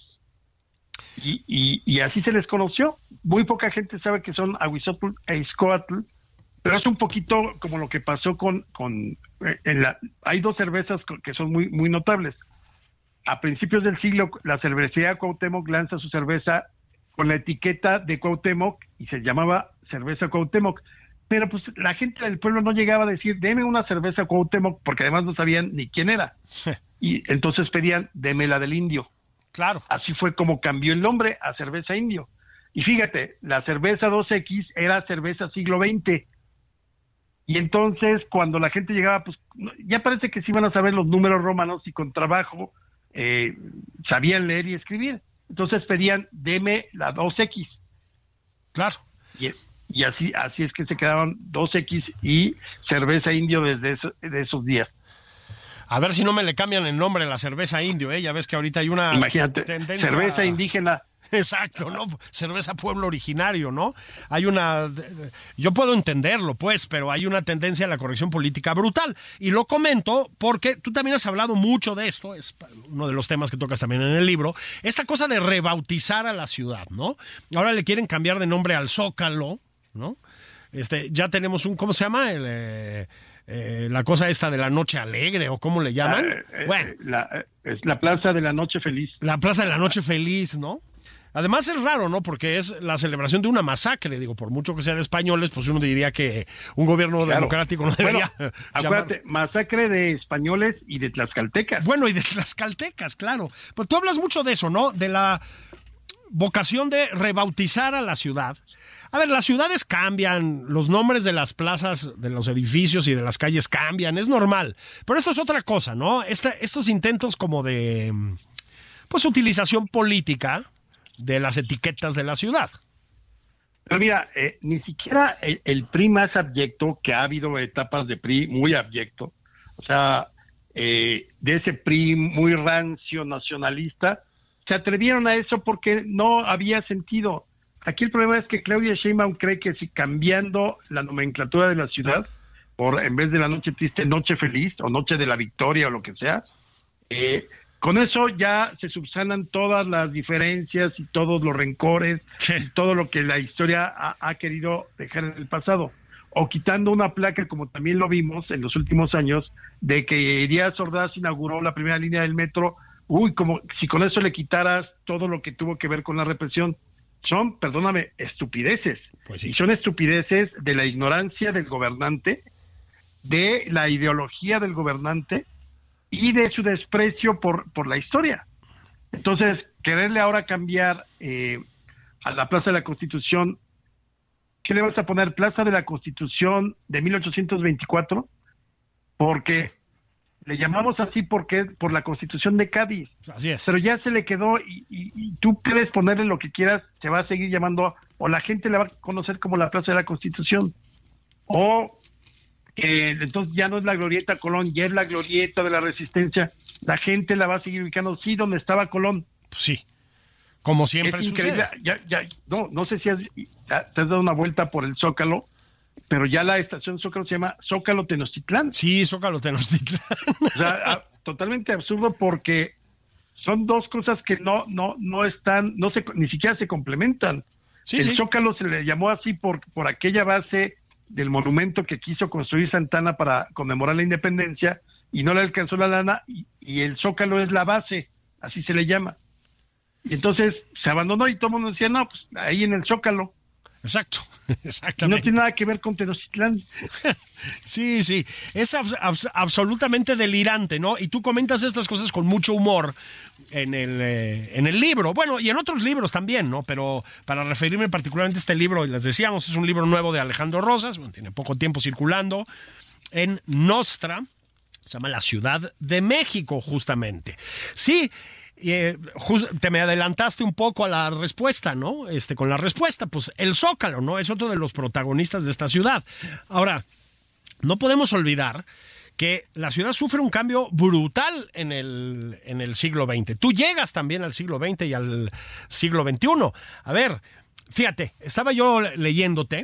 Y, y, y así se les conoció. Muy poca gente sabe que son Ahuizotl e Izcoatl, pero es un poquito como lo que pasó con, con en la, hay dos cervezas que son muy, muy notables. A principios del siglo, la cervecería Cuauhtémoc lanza su cerveza con la etiqueta de Cuauhtémoc y se llamaba cerveza Cuauhtémoc, pero pues la gente del pueblo no llegaba a decir, deme una cerveza Cuauhtémoc, porque además no sabían ni quién era. Y entonces pedían, deme la del Indio. Claro. Así fue como cambió el nombre a cerveza Indio. Y fíjate, la cerveza dos equis era cerveza siglo veinte. Y entonces cuando la gente llegaba, pues ya parece que sí iban a saber los números romanos y con trabajo eh, sabían leer y escribir. Entonces pedían, deme la dos equis. Claro. Y, y así así es que se quedaron dos equis y cerveza Indio desde eso, de esos días. A ver si no me le cambian el nombre a la cerveza Indio, ¿eh? Ya ves que ahorita hay una Imagínate, tendencia... cerveza indígena. Exacto, ¿no? Cerveza pueblo originario, ¿no? Hay una... Yo puedo entenderlo, pues, pero hay una tendencia a la corrección política brutal. Y lo comento porque tú también has hablado mucho de esto, es uno de los temas que tocas también en el libro, esta cosa de rebautizar a la ciudad, ¿no? Ahora le quieren cambiar de nombre al Zócalo, ¿no? Este, ya tenemos un... ¿Cómo se llama? El... Eh, Eh, la cosa esta de la noche alegre, o cómo le llaman. Ah, eh, bueno, la, eh, es la plaza de la noche feliz. La plaza de la noche feliz, ¿no? Además es raro, ¿no? Porque es la celebración de una masacre, digo, por mucho que sea de españoles, pues uno diría que un gobierno claro. democrático no debería bueno, acuérdate, masacre de españoles y de tlaxcaltecas. Bueno, y de tlaxcaltecas, claro. Pues tú hablas mucho de eso, ¿no? De la vocación de rebautizar a la ciudad. A ver, las ciudades cambian, los nombres de las plazas, de los edificios y de las calles cambian, es normal. Pero esto es otra cosa, ¿no? Esta, estos intentos como de, pues, utilización política de las etiquetas de la ciudad. Pero mira, eh, ni siquiera el, el P R I más abyecto, que ha habido etapas de P R I muy abyecto, o sea, eh, de ese P R I muy rancio nacionalista, se atrevieron a eso porque no había sentido. Aquí el problema es que Claudia Sheinbaum cree que si cambiando la nomenclatura de la ciudad, por en vez de la noche triste, noche feliz, o noche de la victoria, o lo que sea, eh, con eso ya se subsanan todas las diferencias y todos los rencores, sí. y todo lo que la historia ha, ha querido dejar en el pasado. O quitando una placa, como también lo vimos en los últimos años, de que Díaz Ordaz inauguró la primera línea del metro. Uy, como si con eso le quitaras todo lo que tuvo que ver con la represión. Son, perdóname, estupideces. Pues sí. Y son estupideces de la ignorancia del gobernante, de la ideología del gobernante y de su desprecio por, por la historia. Entonces, quererle ahora cambiar eh, a la Plaza de la Constitución, ¿qué le vas a poner? ¿Plaza de la Constitución de mil ochocientos veinticuatro? Porque... Sí. Le llamamos así porque por la Constitución de Cádiz. Así es. Pero ya se le quedó y, y, y tú puedes ponerle lo que quieras, se va a seguir llamando, o la gente la va a conocer como la Plaza de la Constitución. O eh, entonces ya no es la Glorieta Colón, ya es la Glorieta de la Resistencia. La gente la va a seguir ubicando, sí, donde estaba Colón. Sí, como siempre es sucede. Increíble. Ya, ya, no, no sé si has, ya te has dado una vuelta por el Zócalo, pero ya la estación Zócalo se llama Zócalo Tenochtitlán. Sí, Zócalo Tenochtitlán. O sea, a, totalmente absurdo porque son dos cosas que no no no están, no se ni siquiera se complementan. Sí, el sí. Zócalo se le llamó así por por aquella base del monumento que quiso construir Santana para conmemorar la independencia y no le alcanzó la lana y, y el Zócalo es la base, así se le llama. Y entonces se abandonó y todo el mundo decía, no, pues ahí en el Zócalo. Exacto, exactamente. No tiene nada que ver con Tenochtitlán. Sí, sí, es abs- abs- absolutamente delirante, ¿no? Y tú comentas estas cosas con mucho humor en el, eh, en el libro, bueno, y en otros libros también, ¿no? Pero para referirme particularmente a este libro, y les decíamos, es un libro nuevo de Alejandro Rosas, bueno, tiene poco tiempo circulando, en Nostra, se llama La Ciudad de México, justamente. Sí, Eh, just, te me adelantaste un poco a la respuesta, ¿no? Este, con la respuesta, pues el Zócalo, ¿no? Es otro de los protagonistas de esta ciudad. Ahora, no podemos olvidar que la ciudad sufre un cambio brutal en el, en el siglo veinte. Tú llegas también al siglo veinte y al siglo veintiuno. A ver, fíjate, estaba yo leyéndote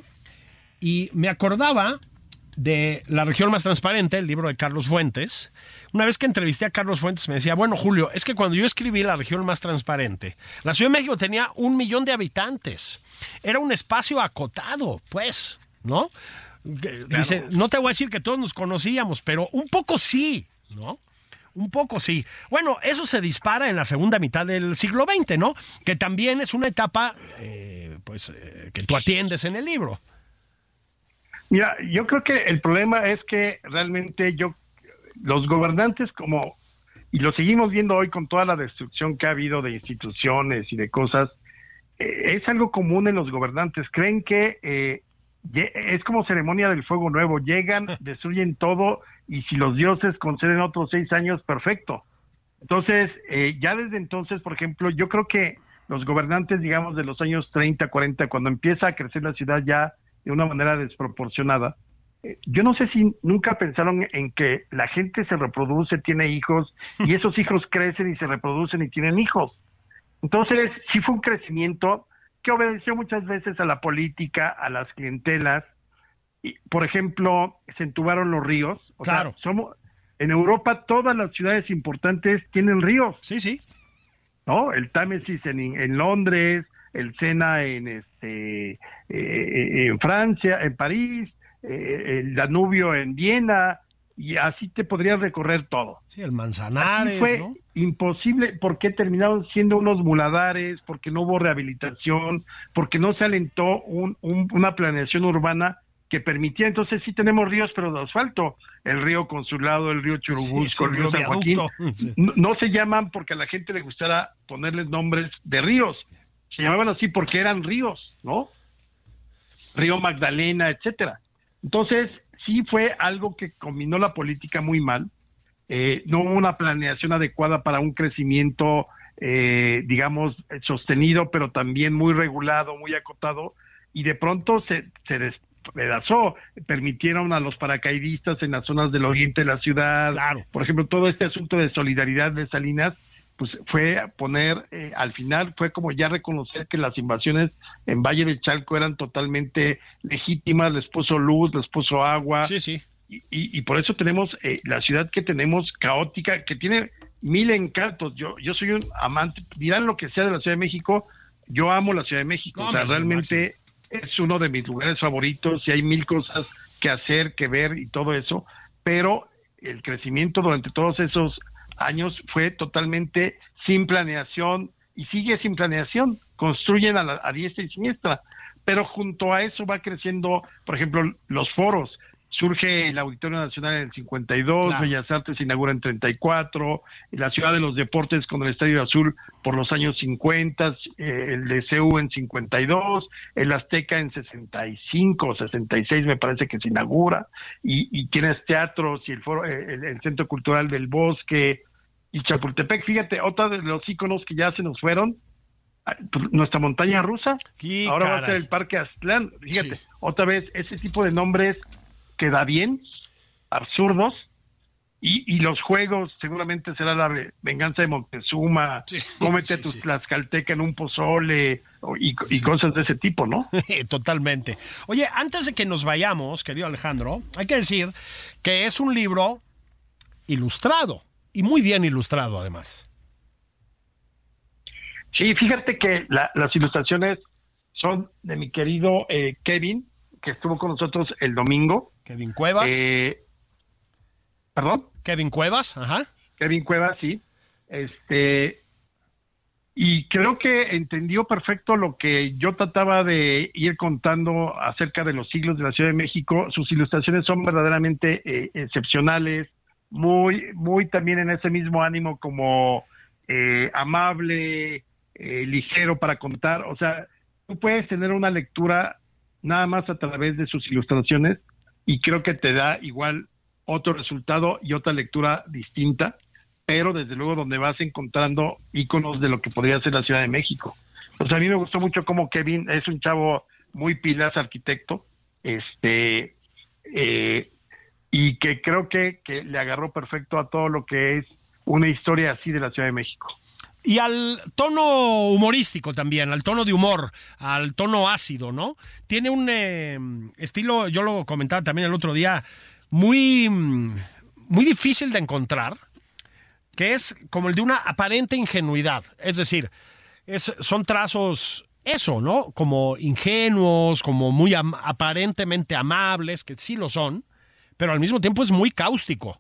y me acordaba de La región más transparente, el libro de Carlos Fuentes. Una vez que entrevisté a Carlos Fuentes me decía, bueno, Julio, es que cuando yo escribí La región más transparente, la Ciudad de México tenía un millón de habitantes. Era un espacio acotado, pues, ¿no? Claro. Dice, no te voy a decir que todos nos conocíamos, pero un poco sí, ¿no? Un poco sí. Bueno, eso se dispara en la segunda mitad del siglo veinte, ¿no? Que también es una etapa, eh, pues, eh, que tú atiendes en el libro. Mira, yo creo que el problema es que realmente yo, los gobernantes como, y lo seguimos viendo hoy con toda la destrucción que ha habido de instituciones y de cosas, eh, es algo común en los gobernantes. Creen que eh, es como ceremonia del fuego nuevo, llegan, destruyen todo, y si los dioses conceden otros seis años, perfecto. Entonces, eh, ya desde entonces, por ejemplo, yo creo que los gobernantes, digamos, de los años treinta, cuarenta, cuando empieza a crecer la ciudad ya de una manera desproporcionada, eh, yo no sé si nunca pensaron en que la gente se reproduce, tiene hijos, y esos hijos crecen y se reproducen y tienen hijos. Entonces, sí fue un crecimiento que obedeció muchas veces a la política, a las clientelas. Y, por ejemplo, se entubaron los ríos. O claro. sea, somos, en Europa todas las ciudades importantes tienen ríos. Sí, sí. ¿No? El Támesis en, en Londres, el Sena en este eh, en Francia, en París, eh, el Danubio en Viena, y así te podrías recorrer todo. Sí, el Manzanares, así fue, ¿no? Imposible, porque terminaron siendo unos muladares, porque no hubo rehabilitación, porque no se alentó un, un, una planeación urbana que permitía. Entonces sí tenemos ríos, pero de asfalto, el río Consulado, el río Churubusco, sí, sí, el río San Joaquín, sí. no, no se llaman porque a la gente le gustara ponerles nombres de ríos, se llamaban así porque eran ríos, ¿no? Río Magdalena, etcétera. Entonces sí fue algo que combinó la política muy mal, eh, no hubo una planeación adecuada para un crecimiento, eh, digamos, sostenido, pero también muy regulado, muy acotado, y de pronto se, se des pedazó, permitieron a los paracaidistas en las zonas del oriente de la ciudad, claro. Por ejemplo, todo este asunto de solidaridad de Salinas, pues fue poner, eh, al final fue como ya reconocer que las invasiones en Valle del Chalco eran totalmente legítimas, les puso luz, les puso agua, sí, sí. Y, y, y por eso tenemos eh, la ciudad que tenemos caótica, que tiene mil encantos. Yo, yo soy un amante, dirán lo que sea de la Ciudad de México, yo amo la Ciudad de México, no, o sea, realmente es uno de mis lugares favoritos y hay mil cosas que hacer, que ver y todo eso, pero el crecimiento durante todos esos años fue totalmente sin planeación y sigue sin planeación, construyen a, la, a diestra y siniestra, pero junto a eso va creciendo, por ejemplo, los foros. Surge el Auditorio Nacional en el cincuenta y dos, claro. Bellas Artes se inaugura en treinta y cuatro, la Ciudad de los Deportes con el Estadio Azul por los años cincuenta, eh, el D C U en cincuenta y dos, el Azteca en sesenta y cinco, sesenta y seis me parece que se inaugura, y, y tienes teatros y el, foro, el, el Centro Cultural del Bosque y Chapultepec. Fíjate, otra de los íconos que ya se nos fueron, nuestra montaña rusa, ¿Qué ahora caray? va a ser el Parque Aztlán. Fíjate, sí. Otra vez ese tipo de nombres queda bien, absurdos, y, y los juegos seguramente será la venganza de Moctezuma, sí, cómete sí, tu sí. tlaxcalteca en un pozole y, y sí. cosas de ese tipo, ¿no? Totalmente. Oye, antes de que nos vayamos, querido Alejandro, hay que decir que es un libro ilustrado, y muy bien ilustrado además. Sí, fíjate que la, las ilustraciones son de mi querido eh, Kevin, que estuvo con nosotros el domingo. Kevin Cuevas. Eh, ¿Perdón? Kevin Cuevas, ajá. Kevin Cuevas, sí. Este, y creo que entendió perfecto lo que yo trataba de ir contando acerca de los siglos de la Ciudad de México. Sus ilustraciones son verdaderamente eh, excepcionales, muy, muy también en ese mismo ánimo como eh, amable, eh, ligero para contar. O sea, tú puedes tener una lectura nada más a través de sus ilustraciones y creo que te da igual otro resultado y otra lectura distinta, pero desde luego donde vas encontrando íconos de lo que podría ser la Ciudad de México. Pues a mí me gustó mucho cómo Kevin es un chavo muy pilas, arquitecto, este eh, y que creo que, que le agarró perfecto a todo lo que es una historia así de la Ciudad de México. Y al tono humorístico también, al tono de humor, al tono ácido, ¿no? Tiene un eh, estilo, yo lo comentaba también el otro día, muy, muy difícil de encontrar, que es como el de una aparente ingenuidad. Es decir, es, son trazos, eso, ¿no? Como ingenuos, como muy am- aparentemente amables, que sí lo son, pero al mismo tiempo es muy cáustico.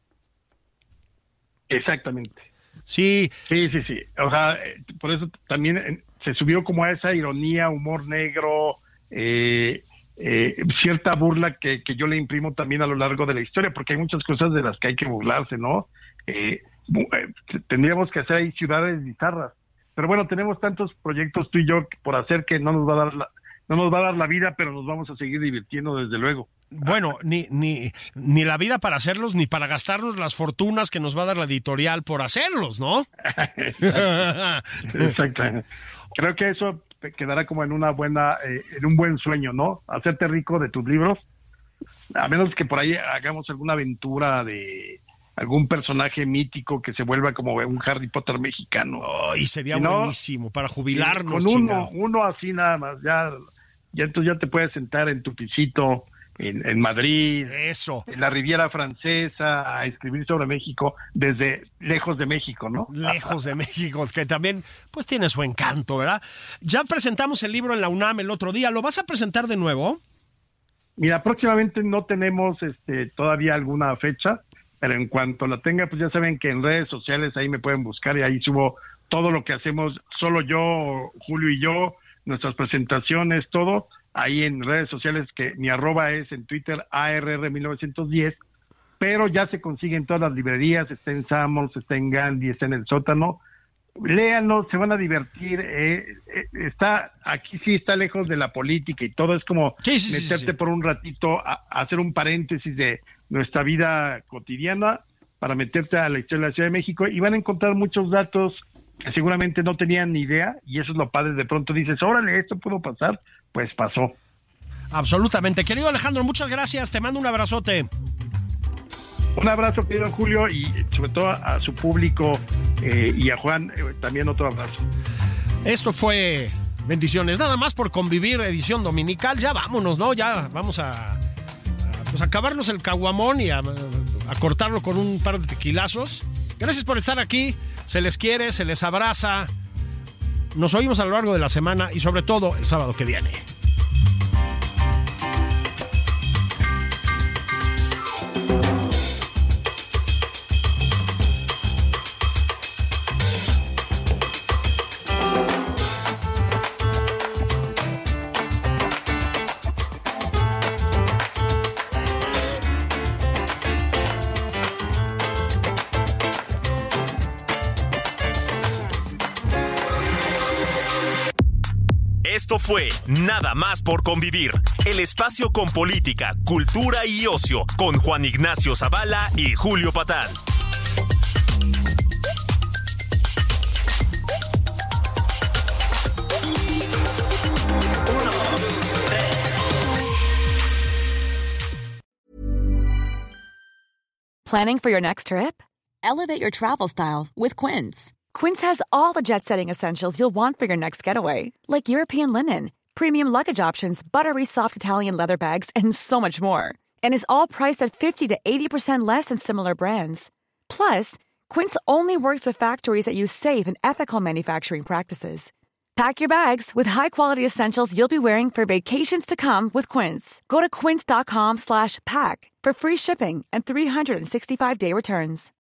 Exactamente. Sí. Sí, sí, sí. O sea, por eso también se subió como a esa ironía, humor negro, eh, eh, cierta burla que, que yo le imprimo también a lo largo de la historia, porque hay muchas cosas de las que hay que burlarse, ¿no? Eh, eh, tendríamos que hacer ahí ciudades bizarras, pero bueno, tenemos tantos proyectos tú y yo por hacer que no nos va a dar la, no nos va a dar la vida, pero nos vamos a seguir divirtiendo desde luego. Bueno, ni, ni, ni la vida para hacerlos, ni para gastarnos las fortunas que nos va a dar la editorial por hacerlos, ¿no? Exacto. Creo que eso te quedará como en una buena, eh, en un buen sueño, ¿no? Hacerte rico de tus libros, a menos que por ahí hagamos alguna aventura de algún personaje mítico que se vuelva como un Harry Potter mexicano. Oh, y sería si no, buenísimo para jubilarnos. Con uno, uno así nada más, ya, ya entonces ya te puedes sentar en tu pisito en, en Madrid, eso, en la Riviera Francesa, a escribir sobre México desde lejos de México, ¿no? Lejos de México, que también pues tiene su encanto, ¿verdad? Ya presentamos el libro en la UNAM el otro día, ¿lo vas a presentar de nuevo? Mira, próximamente no tenemos este todavía alguna fecha, pero en cuanto la tenga, pues ya saben que en redes sociales ahí me pueden buscar y ahí subo todo lo que hacemos, solo yo, Julio y yo, nuestras presentaciones, todo, ahí en redes sociales, que mi arroba es en Twitter, A R R mil novecientos diez, pero ya se consigue en todas las librerías, está en Samos, está en Gandhi, está en El Sótano, léanlo, se van a divertir, eh, eh, está, aquí sí está lejos de la política y todo, es como sí, sí, meterte sí, sí. por un ratito a, a hacer un paréntesis de nuestra vida cotidiana para meterte a la historia de la Ciudad de México y van a encontrar muchos datos que seguramente no tenían ni idea y eso es lo padre, de pronto dices, órale, esto pudo pasar, pues pasó. Absolutamente. Querido Alejandro, muchas gracias, te mando un abrazote. Un abrazo, querido Julio, y sobre todo a su público eh, y a Juan, eh, también otro abrazo. Esto fue Bendiciones, nada más por convivir, edición dominical. Ya vámonos, ¿no? Ya vamos a, a pues acabarnos el caguamón y a, a cortarlo con un par de tequilazos. Gracias por estar aquí, se les quiere, se les abraza. Nos oímos a lo largo de la semana y sobre todo el sábado que viene. Esto fue Nada más por convivir, el espacio con política, cultura y ocio, con Juan Ignacio Zavala y Julio Patán. Planning for your next trip? Elevate your travel style with Quince. Quince has all the jet-setting essentials you'll want for your next getaway, like European linen, premium luggage options, buttery soft Italian leather bags, and so much more. And is all priced at fifty to eighty percent less than similar brands. Plus, Quince only works with factories that use safe and ethical manufacturing practices. Pack your bags with high-quality essentials you'll be wearing for vacations to come with Quince. Go to quince.com slash pack for free shipping and three sixty-five day returns.